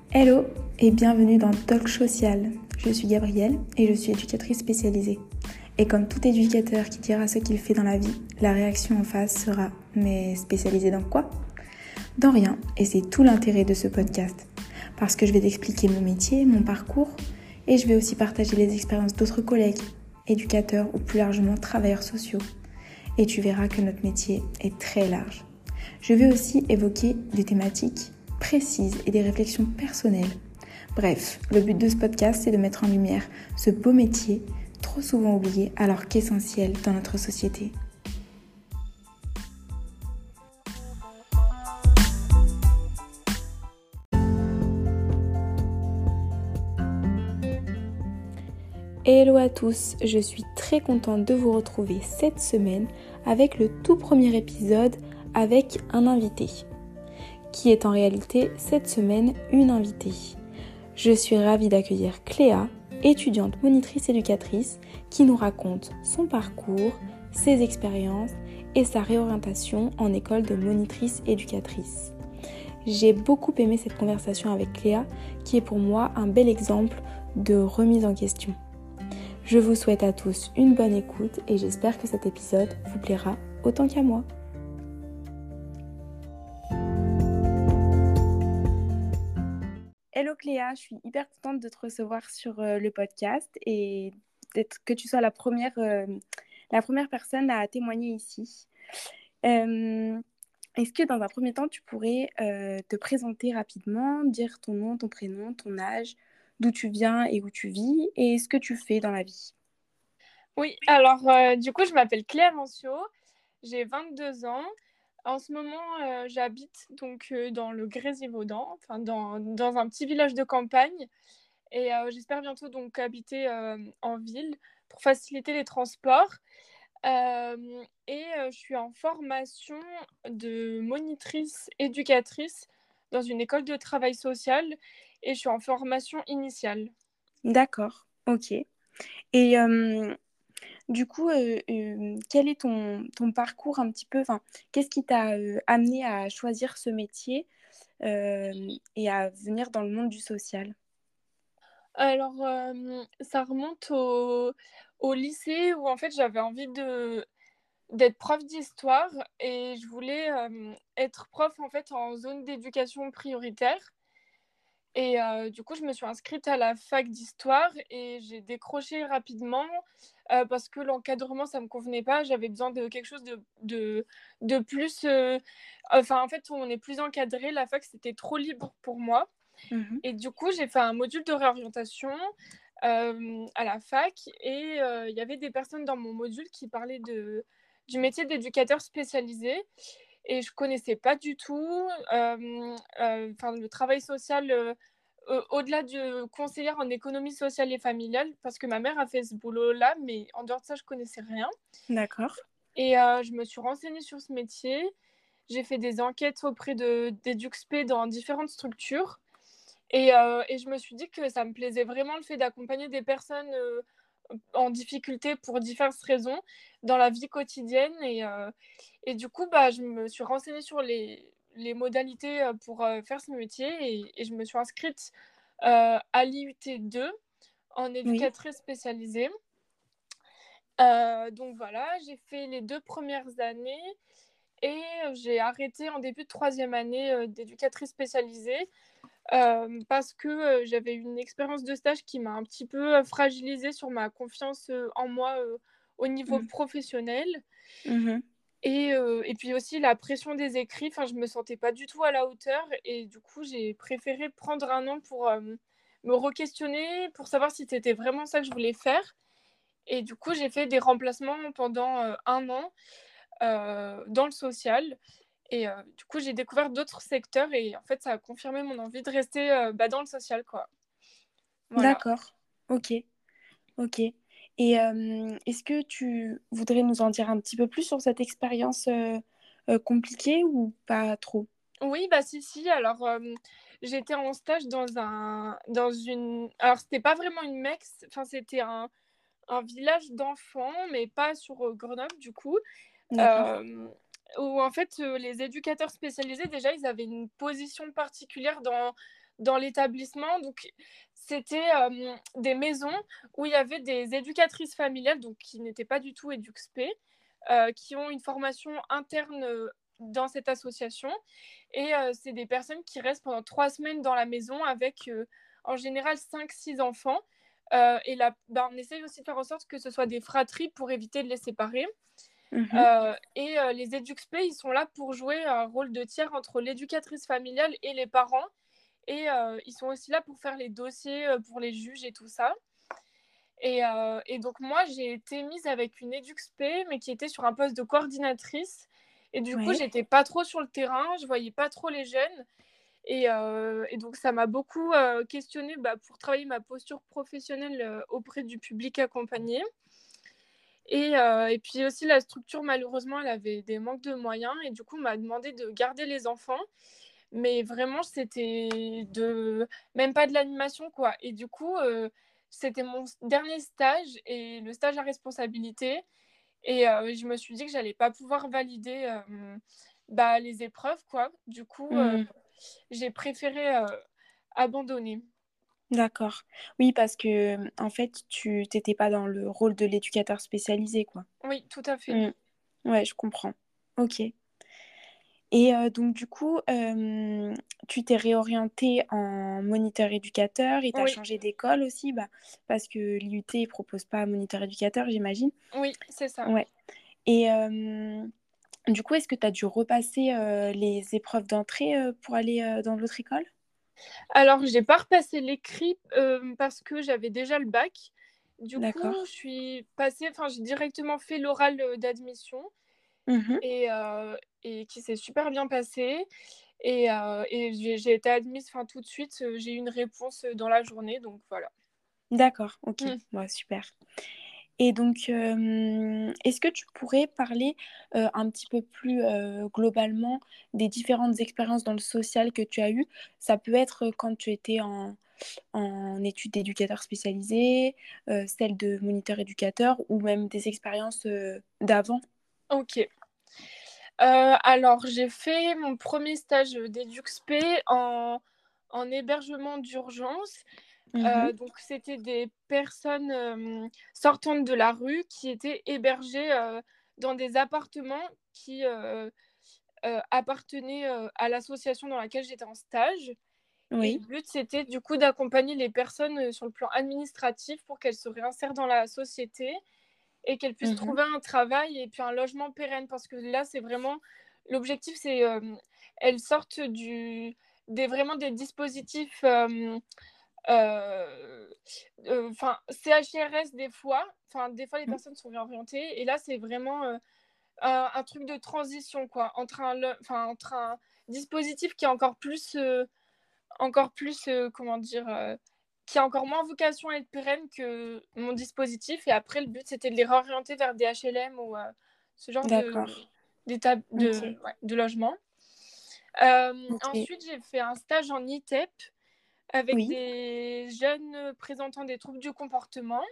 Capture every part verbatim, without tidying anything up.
Hello et bienvenue dans Talk Social. Je suis Gabrielle et je suis éducatrice spécialisée. Et comme tout éducateur qui dira ce qu'il fait dans la vie, la réaction en face sera « mais spécialisée dans quoi ?» Dans rien, et c'est tout l'intérêt de ce podcast. Parce que je vais t'expliquer mon métier, mon parcours, et je vais aussi partager les expériences d'autres collègues, éducateurs ou plus largement travailleurs sociaux. Et tu verras que notre métier est très large. Je vais aussi évoquer des thématiques précises et des réflexions personnelles. Bref, le but de ce podcast, c'est de mettre en lumière ce beau métier, trop souvent oublié alors qu'essentiel dans notre société. Hello à tous, je suis très contente de vous retrouver cette semaine avec le tout premier épisode avec un invité, qui est en réalité cette semaine une invitée. Je suis ravie d'accueillir Cléa, étudiante monitrice éducatrice, qui nous raconte son parcours, ses expériences et sa réorientation en école de monitrice éducatrice. J'ai beaucoup aimé cette conversation avec Cléa, qui est pour moi un bel exemple de remise en question. Je vous souhaite à tous une bonne écoute et j'espère que cet épisode vous plaira autant qu'à moi. Hello Cléa, je suis hyper contente de te recevoir sur euh, le podcast et d'être, que tu sois la première, euh, la première personne à témoigner ici. Euh, est-ce que dans un premier temps, tu pourrais euh, te présenter rapidement, dire ton nom, ton prénom, ton âge, d'où tu viens et où tu vis et ce que tu fais dans la vie? Oui, alors euh, du coup, je m'appelle Claire Ancio, j'ai vingt-deux ans. En ce moment, euh, j'habite donc euh, dans le Grésivaudan, enfin dans, dans un petit village de campagne. Et euh, j'espère bientôt donc habiter euh, en ville pour faciliter les transports. Euh, et euh, je suis en formation de monitrice éducatrice dans une école de travail social et je suis en formation initiale. D'accord, ok. Et euh, du coup, euh, euh, quel est ton, ton parcours un petit peu, enfin, qu'est-ce qui t'a euh, amené à choisir ce métier euh, et à venir dans le monde du social? Alors, euh, ça remonte au, au lycée où en fait j'avais envie de d'être prof d'histoire et je voulais euh, être prof en fait en zone d'éducation prioritaire. Et euh, du coup, je me suis inscrite à la fac d'histoire et j'ai décroché rapidement euh, parce que l'encadrement, ça ne me convenait pas. J'avais besoin de quelque chose de, de, de plus... euh, Enfin, en fait, on est plus encadré. La fac, c'était trop libre pour moi. Mhm. Et du coup, j'ai fait un module de réorientation euh, à la fac et euh, il y avait des personnes dans mon module qui parlaient de, du métier d'éducateur spécialisé et je connaissais pas du tout. Euh, euh, enfin, le travail social, euh, euh, au-delà de conseillère en économie sociale et familiale, parce que ma mère a fait ce boulot-là, mais en dehors de ça, je connaissais rien. D'accord. Et euh, je me suis renseignée sur ce métier. J'ai fait des enquêtes auprès de, d'EduxP dans différentes structures. Et, euh, et je me suis dit que ça me plaisait vraiment le fait d'accompagner des personnes euh, en difficulté pour diverses raisons dans la vie quotidienne. Et, euh, et du coup, bah, je me suis renseignée sur les, les modalités euh, pour euh, faire ce métier et, et je me suis inscrite euh, à l'I U T deux en Oui. éducatrice spécialisée. Euh, donc voilà, j'ai fait les deux premières années et j'ai arrêté en début de troisième année euh, d'éducatrice spécialisée euh, parce que euh, j'avais une expérience de stage qui m'a un petit peu euh, fragilisée sur ma confiance euh, en moi euh, au niveau Mhm. professionnel. Mhm. Et, euh, et puis aussi la pression des écrits, enfin, je me sentais pas du tout à la hauteur et du coup j'ai préféré prendre un an pour euh, me re-questionner, pour savoir si c'était vraiment ça que je voulais faire. Et du coup j'ai fait des remplacements pendant euh, un an euh, dans le social. Et euh, du coup, j'ai découvert d'autres secteurs et en fait, ça a confirmé mon envie de rester euh, bah, dans le social, quoi. Voilà. D'accord. Ok. Ok. Et euh, est-ce que tu voudrais nous en dire un petit peu plus sur cette expérience euh, euh, compliquée ou pas trop? Oui, bah si, si. Alors, euh, j'étais en stage dans un, dans une... Alors, c'était pas vraiment une mexte, enfin, c'était un, un village d'enfants, mais pas sur euh, Grenoble, du coup. D'accord. Euh, où en fait, euh, les éducateurs spécialisés, déjà, ils avaient une position particulière dans, dans l'établissement. Donc, c'était euh, des maisons où il y avait des éducatrices familiales, donc qui n'étaient pas du tout EduxP, euh, qui ont une formation interne euh, dans cette association. Et euh, c'est des personnes qui restent pendant trois semaines dans la maison avec, euh, en général, cinq six enfants. Euh, et là, bah, on essaye aussi de faire en sorte que ce soit des fratries pour éviter de les séparer. Mhm. Euh, et euh, les EduxP, ils sont là pour jouer un rôle de tiers entre l'éducatrice familiale et les parents. Et euh, ils sont aussi là pour faire les dossiers euh, pour les juges et tout ça. Et, euh, et donc moi, j'ai été mise avec une EduxP, mais qui était sur un poste de coordinatrice. Et du coup, Ouais. j'étais pas trop sur le terrain, je voyais pas trop les jeunes. Et, euh, et donc, ça m'a beaucoup euh, questionnée bah, pour travailler ma posture professionnelle euh, auprès du public accompagné. Et, euh, et puis aussi, la structure, malheureusement, elle avait des manques de moyens. Et du coup, on m'a demandé de garder les enfants. Mais vraiment, c'était de... même pas de l'animation, quoi. Et du coup, euh, c'était mon dernier stage et le stage à responsabilité. Et euh, je me suis dit que j'allais pas pouvoir valider euh, bah, les épreuves, quoi. Du coup, euh, Hmm. j'ai préféré euh, abandonner. D'accord. Oui, parce que en fait, tu t'étais pas dans le rôle de l'éducateur spécialisé, quoi. Oui, tout à fait. Hmm. Ouais, je comprends. Ok. Et euh, donc, du coup, euh, tu t'es réorienté en moniteur éducateur et tu as Oui, changé d'école aussi, bah, parce que l'I U T ne propose pas moniteur éducateur, j'imagine. oui, c'est ça. Ouais. Et euh, du coup, est-ce que tu as dû repasser euh, les épreuves d'entrée euh, pour aller euh, dans l'autre école? Alors, j'ai pas repassé l'écrit euh, parce que j'avais déjà le bac. Du coup, D'accord. je suis passée, enfin, j'ai directement fait l'oral euh, d'admission Mhm. et, euh, et qui s'est super bien passé. Et, euh, et j'ai j'ai été admise enfin, tout de suite. euh, J'ai eu une réponse euh, dans la journée, donc voilà. D'accord, ok. Mm. Ouais, super. Et donc, euh, est-ce que tu pourrais parler euh, un petit peu plus euh, globalement des différentes expériences dans le social que tu as eues? Ça peut être quand tu étais en, en études d'éducateur spécialisé, euh, celle de moniteur éducateur ou même des expériences euh, d'avant. Ok. Euh, alors, j'ai fait mon premier stage d'EduxP en, en hébergement d'urgence. Mhm. Euh, donc, c'était des personnes euh, sortantes de la rue qui étaient hébergées euh, dans des appartements qui euh, euh, appartenaient euh, à l'association dans laquelle j'étais en stage. Et le Oui. but, c'était du coup d'accompagner les personnes euh, sur le plan administratif pour qu'elles se réinsèrent dans la société et qu'elles puissent Mhm. trouver un travail et puis un logement pérenne. Parce que là, c'est vraiment... L'objectif, c'est euh, elles sortent du... des, vraiment des dispositifs... euh, euh, euh, enfin, C H R S des fois, enfin, des fois les personnes sont réorientées, et là c'est vraiment euh, un, un truc de transition, quoi, entre un, le- enfin, entre un dispositif qui est encore plus, euh, encore plus, euh, comment dire, euh, qui a encore moins vocation à être pérenne que mon dispositif, et après le but c'était de les réorienter vers des H L M ou euh, ce genre de, D'accord. d'état de, Ok. ouais, de logement. Euh, Ok. ensuite, j'ai fait un stage en I T E P avec Oui. des jeunes présentant des troubles du comportement.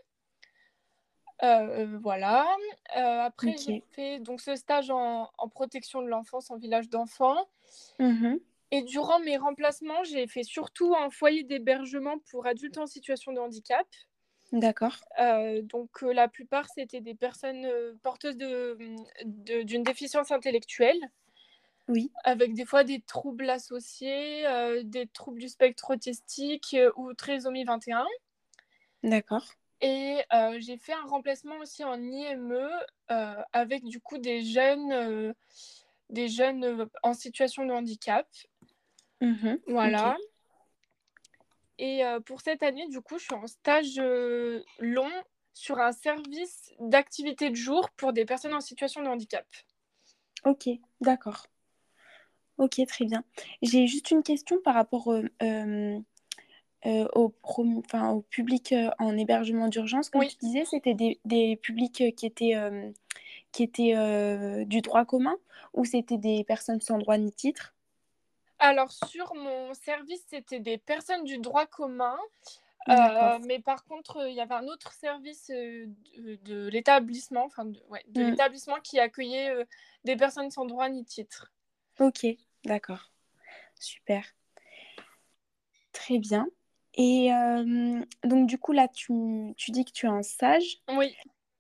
Euh, voilà. Euh, après, j'ai Ok. fait donc ce stage en, en protection de l'enfance en village d'enfants. Mhm. Et durant mes remplacements, j'ai fait surtout un foyer d'hébergement pour adultes en situation de handicap. D'accord. Euh, donc euh, la plupart, c'était des personnes euh, porteuses de, de- d'une déficience intellectuelle, Oui. avec des fois des troubles associés, euh, des troubles du spectre autistique euh, ou trisomie vingt et un. D'accord. Et euh, j'ai fait un remplacement aussi en I M E euh, avec du coup des jeunes, euh, des jeunes euh, en situation de handicap. Mhm. Ok. Voilà. Et euh, pour cette année, du coup, je suis en stage euh, long sur un service d'activité de jour pour des personnes en situation de handicap. Ok. D'accord. Ok, très bien. J'ai juste une question par rapport euh, euh, euh, au, prom- enfin, au public euh, en hébergement d'urgence. Comme Oui. tu disais, c'était des, des publics euh, qui étaient, euh, qui étaient euh, du droit commun ou c'était des personnes sans droit ni titre? Alors, sur mon service, c'était des personnes du droit commun. D'accord. Euh, mais par contre, il y avait un autre service euh, de, de l'établissement, enfin de, ouais, de Hmm. l'établissement qui accueillait euh, des personnes sans droit ni titre. Ok, d'accord. Super. Très bien. Et euh, donc, du coup, là, tu, tu dis que tu as un stage. Oui,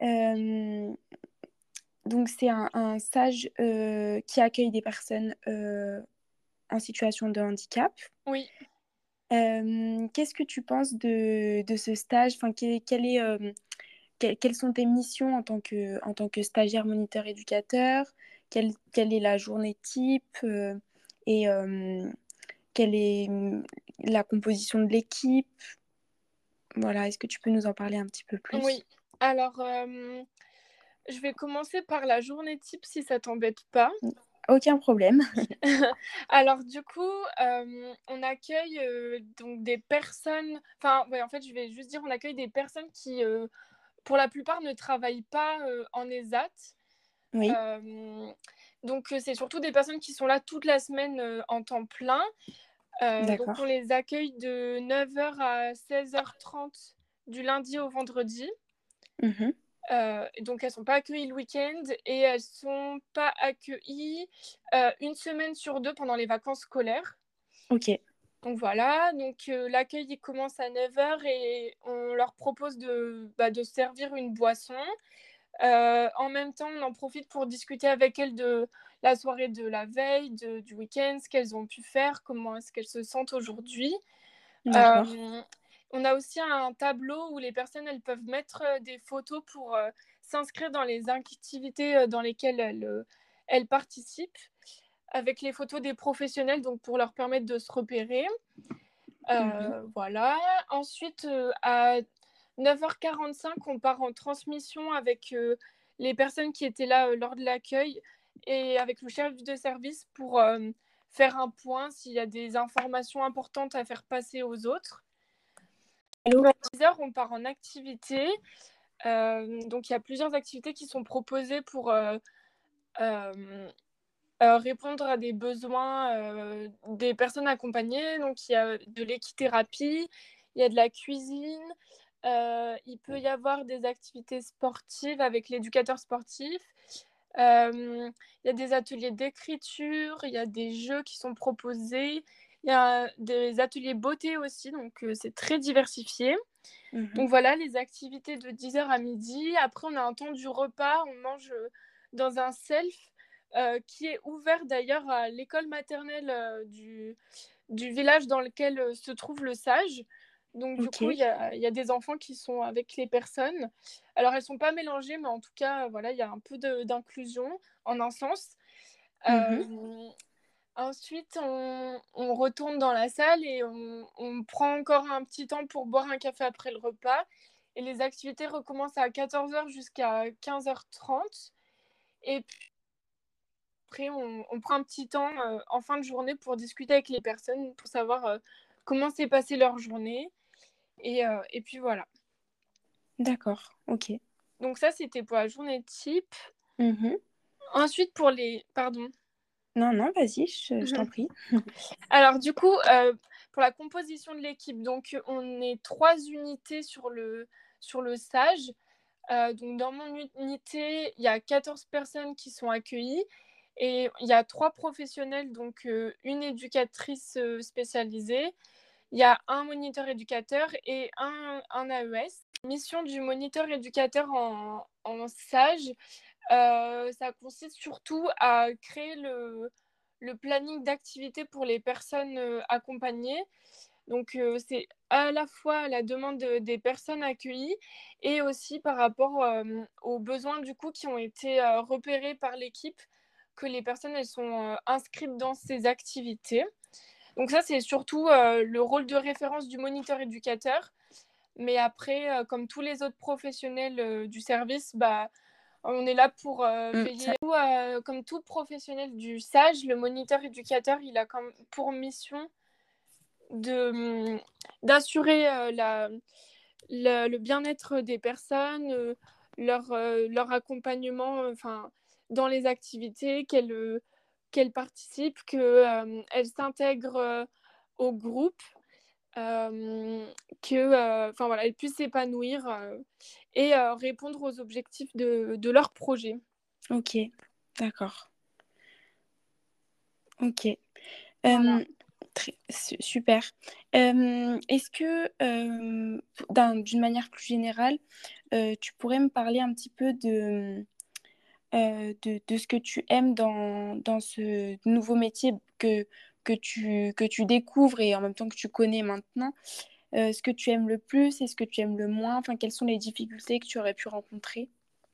Euh, donc, c'est un, un stage euh, qui accueille des personnes euh, en situation de handicap. oui. Euh, qu'est-ce que tu penses de, de ce stage? Enfin, quel, quel est, euh, que- quelles sont tes missions en tant que, en tant que stagiaire, moniteur, éducateur? Quelle, quelle est la journée type? euh, et euh, quelle est hum, la composition de l'équipe? Voilà, est-ce que tu peux nous en parler un petit peu plus? Oui. Alors, euh, je vais commencer par la journée type si ça t'embête pas. Aucun problème. Alors du coup, euh, on accueille euh, donc des personnes. Enfin, ouais, en fait, je vais juste dire, on accueille des personnes qui, euh, pour la plupart, ne travaillent pas euh, en ESAT. Oui, Euh, donc euh, c'est surtout des personnes qui sont là toute la semaine euh, en temps plein. Euh, donc on d'accord. les accueille de neuf heures à seize heures trente du lundi au vendredi. Mhm. Euh, donc elles sont pas accueillies le week-end et elles sont pas accueillies euh, une semaine sur deux pendant les vacances scolaires. Ok. Donc voilà, donc euh, l'accueil il commence à neuf heures et on leur propose de, bah, de servir une boisson. Euh, en même temps, on en profite pour discuter avec elles de la soirée de la veille, de, du week-end, ce qu'elles ont pu faire, comment est-ce qu'elles se sentent aujourd'hui. D'accord. Euh, on a aussi un tableau où les personnes elles peuvent mettre euh, des photos pour euh, s'inscrire dans les activités euh, dans lesquelles elles, euh, elles participent, avec les photos des professionnels, donc pour leur permettre de se repérer. Mhm. Euh, voilà. Ensuite, euh, à neuf heures quarante-cinq, on part en transmission avec euh, les personnes qui étaient là euh, lors de l'accueil et avec le chef de service pour euh, faire un point s'il y a des informations importantes à faire passer aux autres. Allô? À dix heures, on part en activité. Euh, donc, il y a plusieurs activités qui sont proposées pour euh, euh, euh, répondre à des besoins euh, des personnes accompagnées. Donc, il y a de l'équithérapie, il y a de la cuisine, euh, il peut y avoir des activités sportives avec l'éducateur sportif. Euh, il y a des ateliers d'écriture, il y a des jeux qui sont proposés, il y a des ateliers beauté aussi, donc euh, c'est très diversifié. Mhm. Donc voilà, les activités de dix heures à midi. Après, on a un temps du repas, on mange euh, dans un self euh, qui est ouvert d'ailleurs à l'école maternelle euh, du, du village dans lequel euh, se trouve le sage. Donc du Ok. coup, il y a, il y a des enfants qui sont avec les personnes. Alors, elles ne sont pas mélangées, mais en tout cas, voilà, il y a un peu de- d'inclusion en un sens. Mhm. Euh, Ensuite, on, on retourne dans la salle et on, on prend encore un petit temps pour boire un café après le repas. Et les activités recommencent à quatorze heures jusqu'à quinze heures trente. Et puis après, on, on prend un petit temps euh, en fin de journée pour discuter avec les personnes, pour savoir euh, comment s'est passée leur journée. Et, euh, et puis voilà. D'accord. Ok. Donc ça, c'était pour la journée type. Mhm. Ensuite, pour les... Pardon. Non, non, vas-y, je, je t'en prie. Alors du coup, euh, pour la composition de l'équipe, donc on est trois unités sur le, sur le stage. Euh, donc dans mon unité, il y a quatorze personnes qui sont accueillies et il y a trois professionnels, donc euh, une éducatrice euh, spécialisée, il y a un moniteur éducateur et un, un A E S. Mission du moniteur éducateur en, en stage, euh, ça consiste surtout à créer le, le planning d'activité pour les personnes euh, accompagnées. Donc, euh, c'est à la fois à la demande de- des personnes accueillies et aussi par rapport euh, aux besoins du coup qui ont été euh, repérés par l'équipe, que les personnes elles sont euh, inscrites dans ces activités. Donc ça, c'est surtout euh, le rôle de référence du moniteur éducateur. Mais après, euh, comme tous les autres professionnels euh, du service, bah, on est là pour euh, Mm, veiller. ça- Euh, comme tout professionnel du sage, le moniteur éducateur, il a comme pour mission de d'assurer euh, la, la- le bien-être des personnes, euh, leur, euh, leur accompagnement euh, enfin, dans les activités, qu'elles euh, qu'elles participent, qu'elles euh, s'intègrent euh, au groupe, euh, que, euh, enfin voilà, elles puissent s'épanouir euh, et euh, répondre aux objectifs de, de leur projet. Ok. D'accord. Ok. Voilà. Euh, Très, su- super. Euh, est-ce que, euh, d'un- d'une manière plus générale, euh, tu pourrais me parler un petit peu de, euh, de, de ce que tu aimes dans, dans ce nouveau métier que, que tu, que tu découvres et en même temps que tu connais maintenant? Euh, ce que tu aimes le plus et ce que tu aimes le moins? Enfin, quelles sont les difficultés que tu aurais pu rencontrer?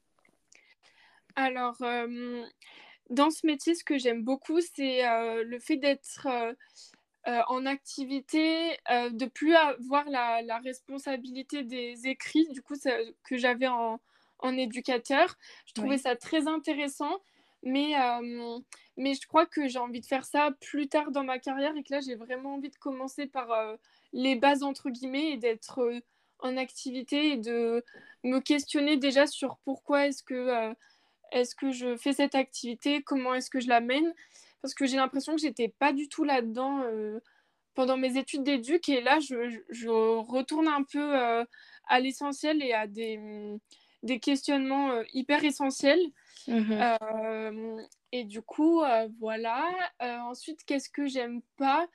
Alors, euh, dans ce métier, ce que j'aime beaucoup, c'est euh, le fait d'être euh, euh, en activité, euh, de plus avoir la, la responsabilité des écrits, du coup, ça- que j'avais en, en éducateur. Je trouvais Oui. ça très intéressant, mais, euh, mais je crois que j'ai envie de faire ça plus tard dans ma carrière et que là, j'ai vraiment envie de commencer par euh, les bases, entre guillemets, et d'être euh, en activité et de me questionner déjà sur pourquoi est-ce que... euh, est-ce que je fais cette activité? Comment est-ce que je la mène? Parce que j'ai l'impression que j'étais pas du tout là-dedans euh, pendant mes études d'éduc. Et là, je, je- je retourne un peu euh, à l'essentiel et à des, hum, des questionnements euh, hyper essentiels. Mhm. Euh, et du coup, euh, voilà. Euh, ensuite, qu'est-ce que j'aime pas?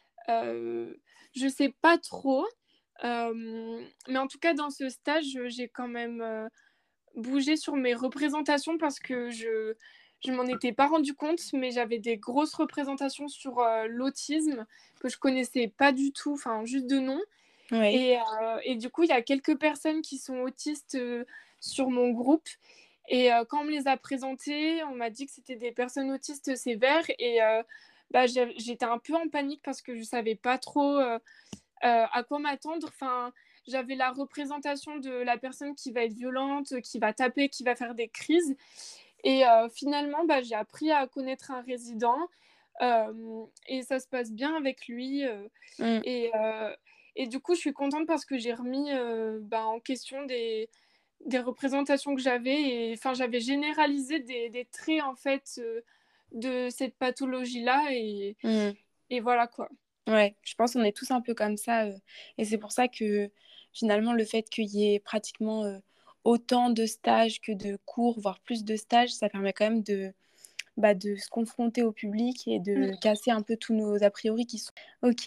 Euh, je sais pas trop. Euh, mais en tout cas, dans ce stage, j'ai quand même euh, bouger sur mes représentations parce que je je m'en étais pas rendu compte, mais j'avais des grosses représentations sur euh, l'autisme que je connaissais pas du tout, enfin juste de nom. Oui. Et, euh, et du coup, il y a quelques personnes qui sont autistes euh, sur mon groupe. Et euh, quand on me les a présentées, on m'a dit que c'était des personnes autistes sévères. Et euh, bah, j'ai- j'étais un peu en panique parce que je savais pas trop euh, euh, à quoi m'attendre. Enfin, j'avais la représentation de la personne qui va être violente, qui va taper, qui va faire des crises. Et euh, finalement, bah, j'ai appris à connaître un résident euh, et ça se passe bien avec lui. euh, Mm. et, euh, et du coup, je suis contente parce que j'ai remis euh, bah, en question des, des représentations que j'avais. Et enfin, j'avais généralisé des, des traits en fait euh, de cette pathologie-là. Et, Mm. et voilà quoi. Ouais, je pense qu'on est tous un peu comme ça. euh, et c'est pour ça que finalement, le fait qu'il y ait pratiquement euh, autant de stages que de cours, voire plus de stages, ça permet quand même de, bah, de se confronter au public et de Mm. casser un peu tous nos a priori qui sont... Ok.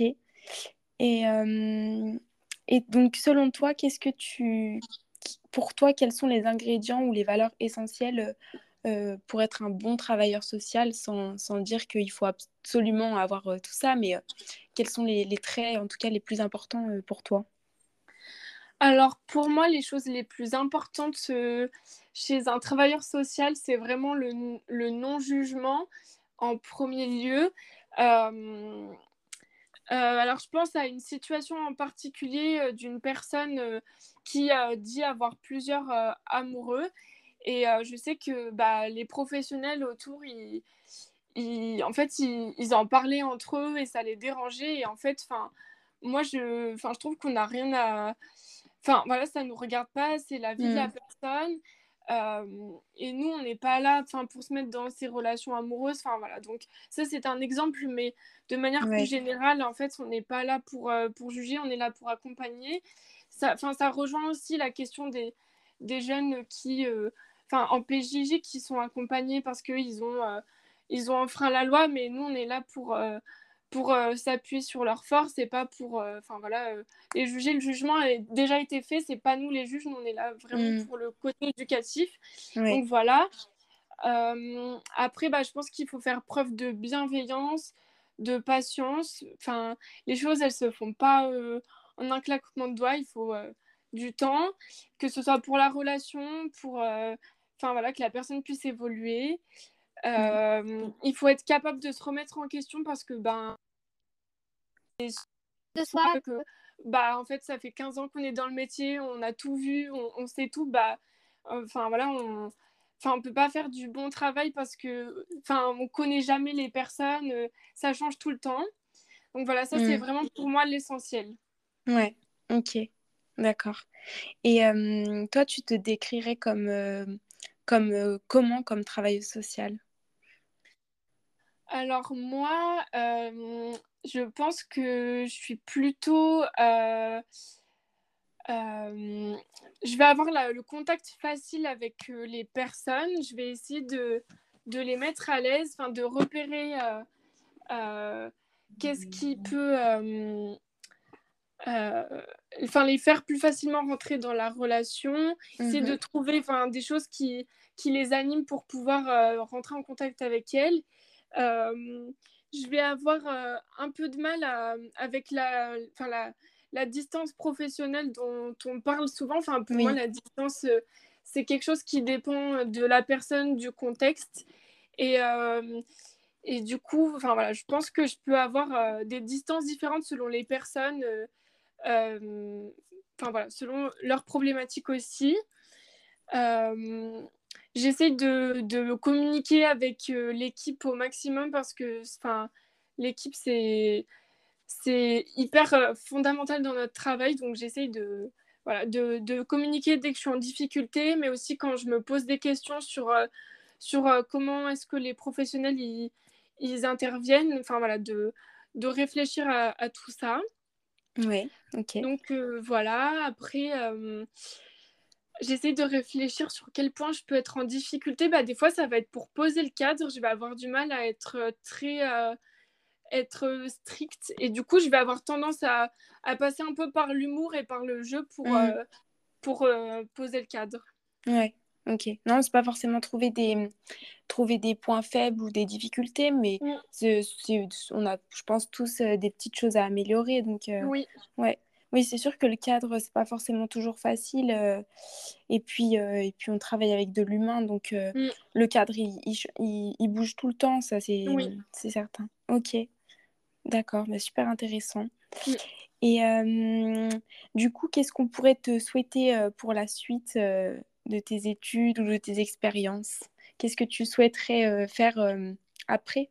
Et, euh, et donc, selon toi, qu'est-ce que tu... Pour toi, quels sont les ingrédients ou les valeurs essentielles euh, pour être un bon travailleur social, sans, sans dire qu'il faut absolument avoir euh, tout ça, mais euh, quels sont les, les traits, en tout cas, les plus importants euh, pour toi? Alors, pour moi, les choses les plus importantes euh, chez un travailleur social, c'est vraiment le, le non-jugement en premier lieu. Euh, euh, alors, je pense à une situation en particulier euh, d'une personne euh, qui euh, dit avoir plusieurs euh, amoureux. Et euh, je sais que bah, les professionnels autour, ils, ils- en fait, ils, ils en parlaient entre eux et ça les dérangeait. Et en fait, enfin, moi, je, enfin, je trouve qu'on n'a rien à... Enfin, voilà, ça ne nous regarde pas, c'est la vie de la Mm. personne. Euh, et nous, on n'est pas là, enfin, pour se mettre dans ces relations amoureuses. Enfin, voilà. Donc, ça, c'est un exemple, mais de manière plus Ouais. générale, en fait, on n'est pas là pour, euh, pour juger, on est là pour accompagner. Ça, enfin, ça rejoint aussi la question des, des jeunes qui, euh, enfin, en P J J, qui sont accompagnés parce qu'ils ont, euh, ils ont enfreint la loi, mais nous, on est là pour, euh, pour euh, s'appuyer sur leurs forces et pas pour, euh, enfin, voilà, euh, les juger. Le jugement a déjà été fait, c'est pas nous les juges, nous, on est là vraiment Mm. pour le côté éducatif. Ouais. Donc voilà. Euh, après, bah, je pense qu'il faut faire preuve de bienveillance, de patience. Enfin, les choses, elles se font pas euh, en un claquement de doigts. Il faut euh, du temps, que ce soit pour la relation, pour, euh, enfin voilà, que la personne puisse évoluer. Mm. Euh, il faut être capable de se remettre en question parce que ben de soi que bah en fait ça fait quinze ans qu'on est dans le métier, on a tout vu, on, on sait tout, bah enfin voilà, on enfin on peut pas faire du bon travail parce que enfin on connaît jamais les personnes, euh, ça change tout le temps. Donc voilà, ça c'est Mm. vraiment pour moi l'essentiel. Ouais. Ok. D'accord. Et euh, toi, tu te décrirais comme, euh, comme euh, comment comme travailleuse sociale? Alors moi, euh, je pense que je suis plutôt euh, Euh, je vais avoir la- le contact facile avec euh, les personnes. Je vais essayer de, de les mettre à l'aise, enfin de repérer euh, euh, qu'est-ce qui peut euh, euh, enfin, les faire plus facilement rentrer dans la relation, essayer de Mhm. trouver enfin, des choses qui, qui les animent pour pouvoir euh, rentrer en contact avec elles. Euh, je vais avoir euh, un peu de mal à- avec la, enfin, la, la distance professionnelle dont on parle souvent. Enfin, pour moi, Oui, la distance, euh, c'est quelque chose qui dépend de la personne, du contexte. Et, euh, et du coup, enfin, voilà, je pense que je peux avoir euh, des distances différentes selon les personnes. euh, euh, Enfin voilà, selon leurs problématiques aussi. Euh, J'essaie de, de communiquer avec euh, l'équipe au maximum parce que enfin, l'équipe, c'est, c'est hyper euh, fondamental dans notre travail. Donc, j'essaie de, voilà, de, de communiquer dès que je suis en difficulté, mais aussi quand je me pose des questions sur, euh, sur euh, comment est-ce que les professionnels ils, ils interviennent. Enfin, voilà, de, de réfléchir à, à tout ça. ouais, ok. Donc euh, voilà, après, euh, j'essaie de réfléchir sur quel point je peux être en difficulté. Bah, des fois, ça va être pour poser le cadre. Je vais avoir du mal à être euh, très euh, être euh, stricte. Et du coup, je vais avoir tendance à, à passer un peu par l'humour et par le jeu pour, Mhm. euh, pour euh, poser le cadre. Ouais, ok. Non, c'est pas forcément trouver des, trouver des points faibles ou des difficultés, mais Mm, c'est, c'est- on a, je pense, tous euh, des petites choses à améliorer. Donc, euh, oui, ouais. Oui, c'est sûr que le cadre, c'est pas forcément toujours facile. euh, et puis, euh, et puis, on travaille avec de l'humain. Donc, euh, mm, le cadre, il, il, ch- il- il bouge tout le temps. Ça, c'est, oui. c'est certain. Ok, d'accord. Bah, super intéressant. Mm. Et euh, du coup, qu'est-ce qu'on pourrait te souhaiter euh, pour la suite euh, de tes études ou de tes expériences? Qu'est-ce que tu souhaiterais euh, faire euh, après?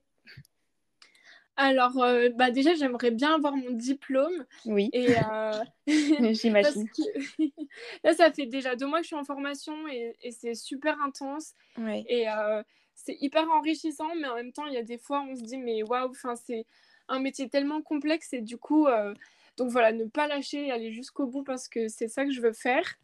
Alors, euh, bah déjà, j'aimerais bien avoir mon diplôme. Oui, Et euh, parce j'imagine. que là, ça fait déjà deux mois que je suis en formation et, et c'est super intense. Ouais. Et euh, c'est hyper enrichissant, mais en même temps, il y a des fois, on se dit, mais waouh, enfin, c'est un métier tellement complexe. Et du coup, euh, donc voilà, ne pas lâcher, aller jusqu'au bout parce que c'est ça que je veux faire.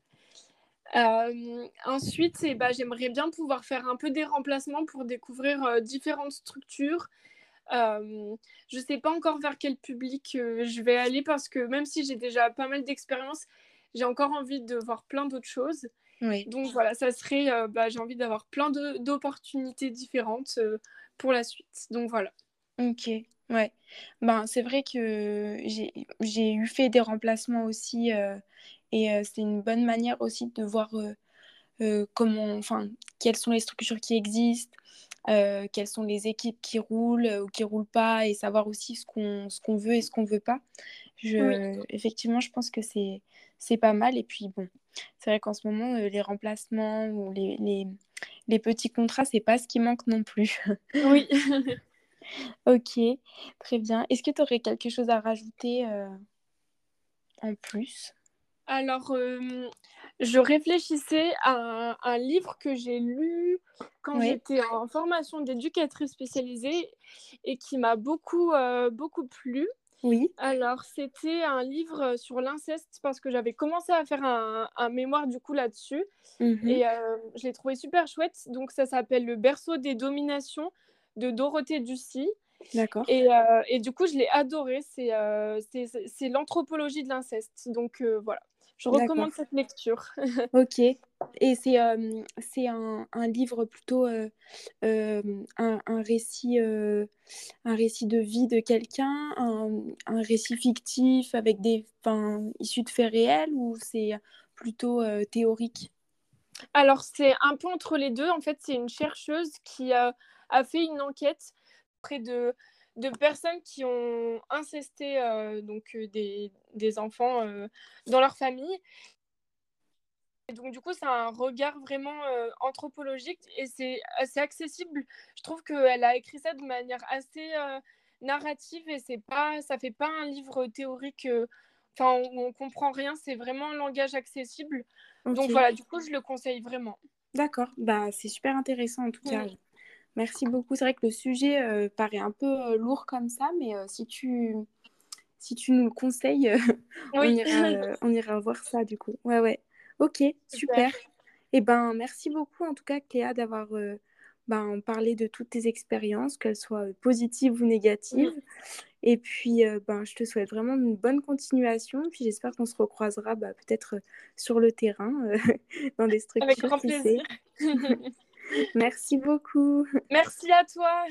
Euh, ensuite, eh ben, j'aimerais bien pouvoir faire un peu des remplacements pour découvrir euh, différentes structures. Euh, je ne sais pas encore vers quel public euh, je vais aller parce que même si j'ai déjà pas mal d'expérience, j'ai encore envie de voir plein d'autres choses. Oui. Donc voilà, ça serait, euh, bah, j'ai envie d'avoir plein de- d'opportunités différentes euh, pour la suite. Donc voilà. Ok. Ouais. Ben, c'est vrai que j'ai j'ai eu fait des remplacements aussi euh, et euh, c'est une bonne manière aussi de voir euh, euh, comment, enfin, quelles sont les structures qui existent, euh, quelles sont les équipes qui roulent euh, ou qui roulent pas, et savoir aussi ce qu'on ce qu'on veut et ce qu'on veut pas. Oui, Je, effectivement, je pense que c'est c'est pas mal. Et puis bon, c'est vrai qu'en ce moment, euh, les remplacements ou les, les, les petits contrats, c'est pas ce qui manque non plus. oui. Ok, très bien. Est-ce que tu aurais quelque chose à rajouter euh, en plus? Alors, euh, je réfléchissais à un, un livre que j'ai lu quand Oui, j'étais en formation d'éducatrice spécialisée et qui m'a beaucoup, euh, beaucoup plu. oui. Alors, c'était un livre sur l'inceste parce que j'avais commencé à faire un, un mémoire du coup là-dessus Mhm. et euh, je l'ai trouvé super chouette. Donc, ça s'appelle Le berceau des dominations de Dorothée Ducy. D'accord. Et, euh, et du coup, je l'ai adoré. C'est euh, c'est c'est l'anthropologie de l'inceste. Donc, euh, voilà. Je recommande D'accord. cette lecture. Ok. Et c'est euh, c'est un, un livre plutôt euh, euh, un, un récit euh, un récit de vie de quelqu'un, un, un récit fictif avec des enfin, issus de faits réels ou c'est plutôt euh, théorique? Alors, c'est un peu entre les deux. En fait, c'est une chercheuse qui a, a fait une enquête auprès de, de personnes qui ont incesté euh, donc, euh, des, des enfants euh, dans leur famille. Et donc, du coup, c'est un regard vraiment euh, anthropologique et c'est assez accessible. Je trouve qu'elle a écrit ça de manière assez euh, narrative et c'est pas, ça fait pas un livre théorique, euh, enfin, où on comprend rien. C'est vraiment un langage accessible. Donc, Ok. voilà, du coup, je le conseille vraiment. D'accord. Bah, c'est super intéressant en tout cas. Mm. Merci beaucoup. C'est vrai que le sujet euh, paraît un peu euh, lourd comme ça, mais euh, si tu si tu nous le conseilles, euh, on Oui, ira euh, on ira voir ça du coup. Ouais ouais. Ok, super. super. Eh ben merci beaucoup en tout cas Cléa d'avoir euh, ben, parler de toutes tes expériences, qu'elles soient positives ou négatives. Mmh. Et puis, euh, ben, je te souhaite vraiment une bonne continuation. Puis j'espère qu'on se recroisera bah, peut-être sur le terrain, euh, dans des structures. Avec grand plaisir. Merci beaucoup. Merci à toi.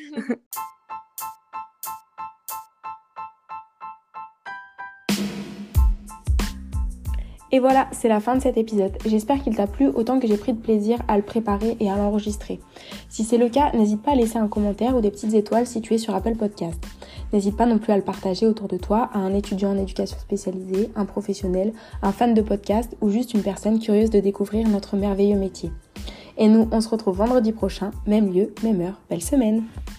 Et voilà, c'est la fin de cet épisode. J'espère qu'il t'a plu autant que j'ai pris de plaisir à le préparer et à l'enregistrer. Si c'est le cas, n'hésite pas à laisser un commentaire ou des petites étoiles si tu es sur Apple Podcast. N'hésite pas non plus à le partager autour de toi à un étudiant en éducation spécialisée, un professionnel, un fan de podcast ou juste une personne curieuse de découvrir notre merveilleux métier. Et nous, on se retrouve vendredi prochain, même lieu, même heure. Belle semaine!